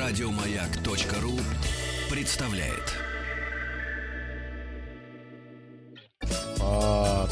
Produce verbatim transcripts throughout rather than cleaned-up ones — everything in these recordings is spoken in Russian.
Радиомаяк.ру представляет. А...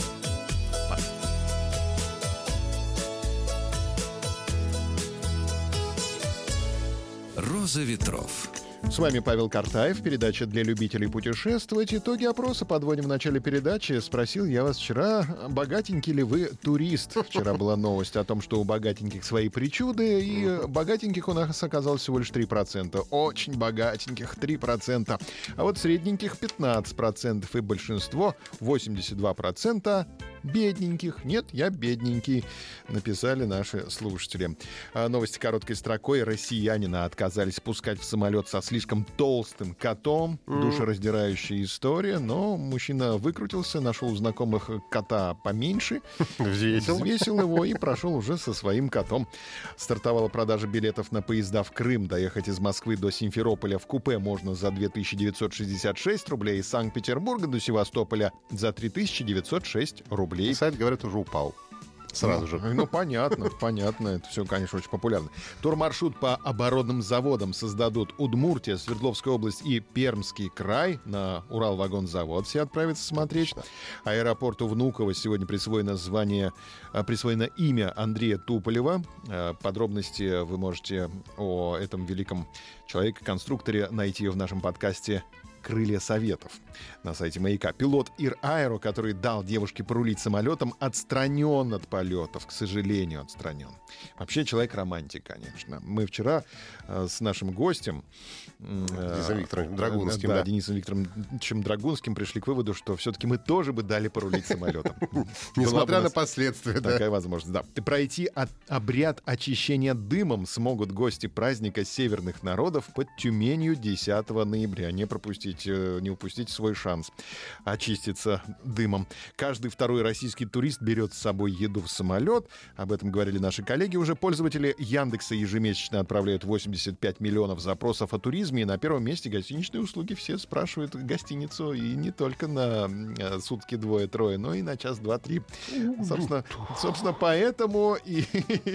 Роза ветров. С вами Павел Картаев, передача для любителей путешествовать. Итоги опроса подводим в начале передачи. Спросил я вас вчера, богатенький ли вы турист? Вчера была новость о том, что у богатеньких свои причуды, и богатеньких у нас оказалось всего лишь три процента. Очень богатеньких три процента. А вот средненьких пятнадцать процентов, и большинство, восемьдесят два процента, бедненьких. Нет, я бедненький, написали наши слушатели. А новости короткой строкой. Россиянина отказались пускать в самолет со слишком толстым котом. Mm. Душераздирающая история. Но мужчина выкрутился, нашел у знакомых кота поменьше, взвесил. взвесил его и прошел уже со своим котом. Стартовала продажа билетов на поезда в Крым. Доехать из Москвы до Симферополя в купе можно за две тысячи девятьсот шестьдесят шесть рублей, из Санкт-Петербурга до Севастополя за три тысячи девятьсот шесть рублей. Сайт, говорят, уже упал. Сразу ну, же. Ну, понятно, понятно. Это все, конечно, очень популярно. Турмаршрут по оборонным заводам создадут Удмуртия, Свердловская область и Пермский край. На Уралвагонзавод все отправятся смотреть. Аэропорту Внуково сегодня присвоено звание, присвоено имя Андрея Туполева. Подробности вы можете о этом великом человеке-конструкторе найти в нашем подкасте «Крылья Советов» на сайте «Маяка». Пилот Ир Аэро, который дал девушке порулить самолетом, отстранен от полетов, к сожалению, отстранен. Вообще человек-романтик, конечно. Мы вчера э, с нашим гостем э, Денисом Викторовичем Драгунским, да, да. Денисом Викторовичем Драгунским пришли к выводу, что все-таки мы тоже бы дали порулить самолетом. Несмотря на последствия, да. Такая возможность, да. Пройти обряд очищения дымом смогут гости праздника северных народов под Тюменью десятого ноября. Не пропустить, не упустить свой шанс очиститься дымом. Каждый второй российский турист берет с собой еду в самолет. Об этом говорили наши коллеги. Уже пользователи Яндекса ежемесячно отправляют восемьдесят пять миллионов запросов о туризме. И на первом месте гостиничные услуги. Все спрашивают гостиницу. И не только на сутки двое-трое, но и на час, два, три. Собственно, собственно поэтому и,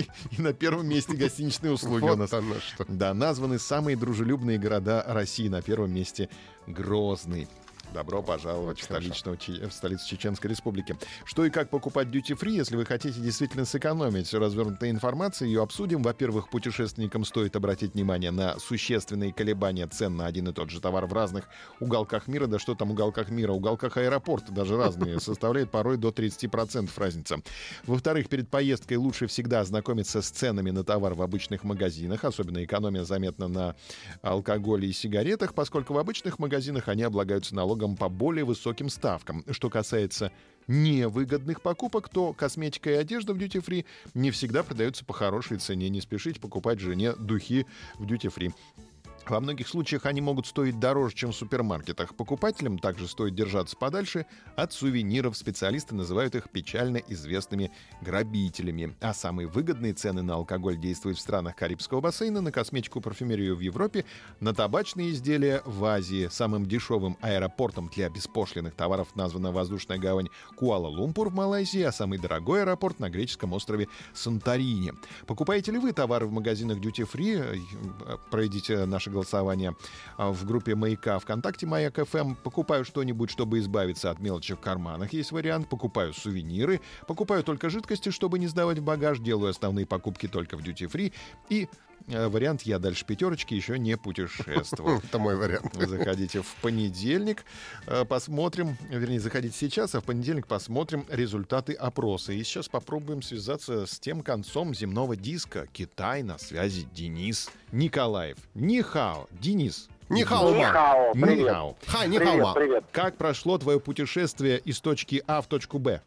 и на первом месте гостиничные услуги вот у нас. оно что. Да, названы самые дружелюбные города России. На первом месте Грозный. Добро пожаловать в, столичную, в столицу Чеченской Республики. Что и как покупать дьюти-фри, если вы хотите действительно сэкономить. Развернутая информация, ее обсудим. Во-первых, путешественникам стоит обратить внимание на существенные колебания цен на один и тот же товар в разных уголках мира. Да что там уголках мира? Уголках аэропорта даже разные. Составляет порой до тридцать процентов разница. Во-вторых, перед поездкой лучше всегда ознакомиться с ценами на товар в обычных магазинах. Особенно экономия заметна на алкоголе и сигаретах, поскольку в обычных магазинах они облагаются налогом по более высоким ставкам. Что касается невыгодных покупок, то косметика и одежда в дьюти-фри не всегда продаются по хорошей цене. Не спешите покупать жене духи в дьюти-фри. Во многих случаях они могут стоить дороже, чем в супермаркетах. Покупателям также стоит держаться подальше от сувениров. Специалисты называют их печально известными грабителями. А самые выгодные цены на алкоголь действуют в странах Карибского бассейна, на косметику и парфюмерию в Европе, на табачные изделия в Азии. Самым дешевым аэропортом для беспошлинных товаров названа воздушная гавань Куала-Лумпур в Малайзии, а самый дорогой аэропорт на греческом острове Санторини. Покупаете ли вы товары в магазинах duty-free? Пройдите наши голосование в группе «Маяка» ВКонтакте «Маяк эф эм». Покупаю что-нибудь, чтобы избавиться от мелочи в карманах. Есть вариант. Покупаю сувениры. Покупаю только жидкости, чтобы не сдавать в багаж. Делаю основные покупки только в duty-free. И э, вариант «Я дальше пятерочки» еще не путешествовал. Это мой вариант. Заходите в понедельник, э, посмотрим, вернее, заходите сейчас, а в понедельник посмотрим результаты опроса. И сейчас попробуем связаться с тем концом земного диска. Китай, на связи Денис Николаев. Нихао, Денис. Нихао, Нихао, привет. Нихао. Ха, Привет, нихао. привет. Как прошло твое путешествие из точки А в точку Б?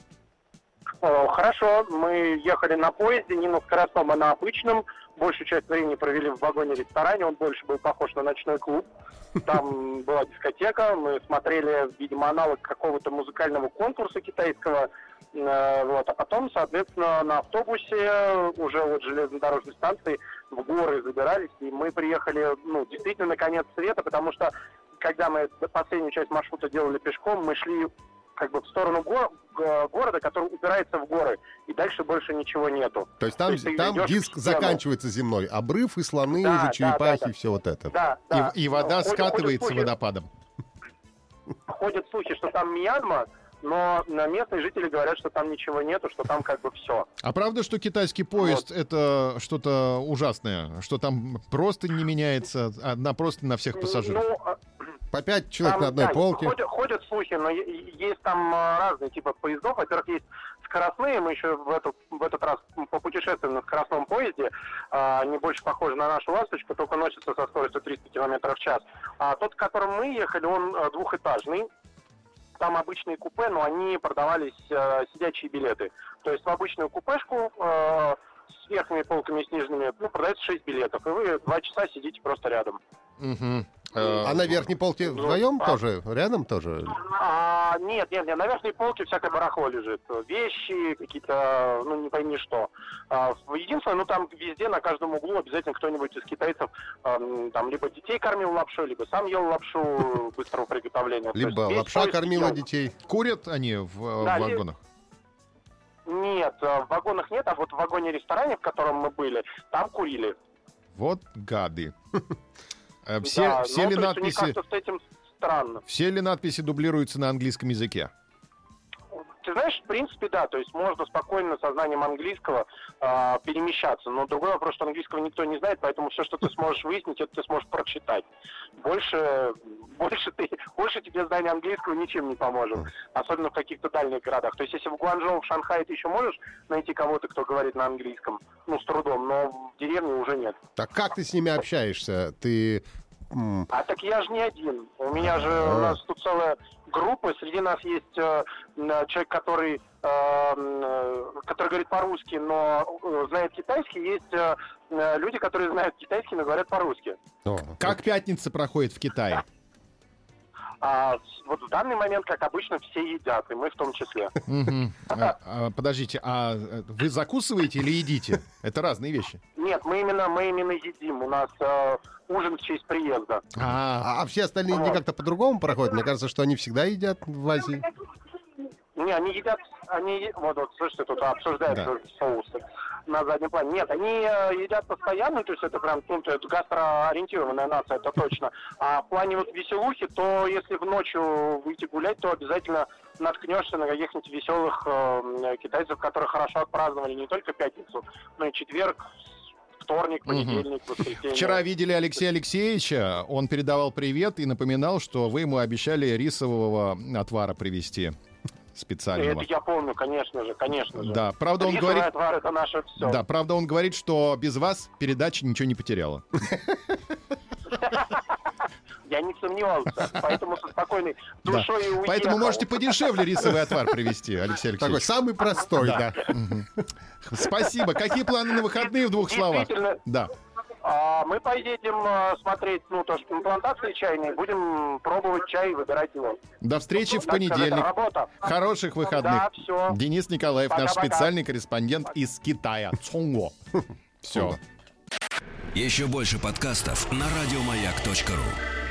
О, хорошо, мы ехали на поезде, не на скоростном, а на обычном. Большую часть времени провели в вагоне-ресторане, он больше был похож на ночной клуб. Там была дискотека, мы смотрели, видимо, аналог какого-то музыкального конкурса китайского. Вот. А потом, соответственно, на автобусе уже от железнодорожной станции в горы забирались, и мы приехали, ну, действительно на конец света, потому что когда мы последнюю часть маршрута делали пешком, мы шли как бы в сторону го- г- города, который упирается в горы, и дальше больше ничего нету. То есть там, То есть ты там идешь диск в стену. заканчивается земной, обрыв и слоны, Да, уже да, черепахи, да, да. и все вот это. Да, да. И, и вода Ходят- скатывается ходят слухи- водопадом. Ходят слухи, что там Мьянма, но местные жители говорят, что там ничего нету, что там как бы все. А правда, что китайский поезд Вот. это что-то ужасное? Что там просто не меняется, а на просто на всех пассажиров? Ну, а, По пять человек там, на одной да, полке. Ходят, ходят слухи, но е- есть там а, разные типы поездов. Во-первых, есть скоростные. Мы еще в, эту, в этот раз попутешествуем на скоростном поезде. А, они больше похожи на нашу «Ласточку», только носятся со скоростью триста километров в час. А тот, в котором мы ехали, он а, двухэтажный. Там обычные купе, но они продавались э, сидячие билеты. То есть в обычную купешку э, с верхними полками и с нижними, ну, продается шесть билетов, и вы два часа сидите просто рядом. Мгм. Э, А на верхней полке Ну, вдвоем а- тоже? Рядом тоже? А, нет, нет, нет, на верхней полке всякое барахло лежит. Вещи, какие-то, ну, не пойми что. А, единственное, ну, там везде, на каждом углу обязательно кто-нибудь из китайцев эм, там либо детей кормил лапшой, либо сам ел лапшу быстрого приготовления. То Либо есть весь лапша поезд кормила ел. детей. Курят они в, э, Да, в ли- вагонах? Нет, э, в вагонах нет, а вот в вагоне-ресторане, в котором мы были, там курили. Вот гады. Э, Все, Да, все ну, ли то есть у них надписи, как-то с этим странно. все ли надписи дублируются на английском языке? Ты знаешь, в принципе, да, то есть можно спокойно со знанием английского э, перемещаться, но другой вопрос, что английского никто не знает, поэтому все, что ты сможешь выяснить, это ты сможешь прочитать. Больше, больше, ты, больше тебе знание английского ничем не поможет, особенно в каких-то дальних городах. То есть если в Гуанчжоу, в Шанхае ты еще можешь найти кого-то, кто говорит на английском, ну, с трудом, но в деревне уже нет. Так как ты с ними общаешься? Ты... м, А так я же не один. У меня же, у нас тут целая группа. Среди нас есть э, м, человек, который, э, м, который говорит по-русски, но э, знает китайский. Есть э, э, люди, которые знают китайский, но говорят по-русски. о, Как пятница проходит в Китае? А с- вот в данный момент, как обычно, все едят, и мы в том числе. Мгм. А, а, Подождите, а э, вы закусываете или едите? Это разные вещи. Нет, мы именно, мы именно едим. У нас э, ужин в честь приезда. А, А, а все остальные дни Вот. как-то по-другому проходят? Мне кажется, что они всегда едят в Азии. Не, они едят, они, е- вот, вот, слышите, тут обсуждаются соусы на заднем плане. Нет, они э, едят постоянно, то есть это прям, ну, это гастроориентированная нация, это точно. А в плане вот веселухи, то если в ночью выйти гулять, то обязательно наткнешься на каких-нибудь веселых э, китайцев, которые хорошо отпраздновали не только пятницу, но и четверг, вторник, понедельник, воскресенье. вчера видели Алексея Алексеевича, он передавал привет и напоминал, что вы ему обещали рисового отвара привезти специального. Это я помню, конечно же, конечно же. Да, правда он Рисовый говорит, отвар — это наше все. да, правда он говорит, что без вас передача ничего не потеряла. Я не сомневался, поэтому со спокойной Да. душой и уехал. Поэтому можете подешевле рисовый отвар привезти, Алексей Такой Алексеевич. самый простой, да. Спасибо. Какие планы на выходные в двух словах? Действительно, Да. а, мы поедем а, смотреть, ну, то, что плантации чайные, будем пробовать чай и выбирать его. До встречи в Так сказать, понедельник. работа. Хороших выходных. Да, все. Денис Николаев, наш Пока-пока. специальный корреспондент из Китая. Цунго. Все. Еще больше подкастов на радиомаяк точка ру.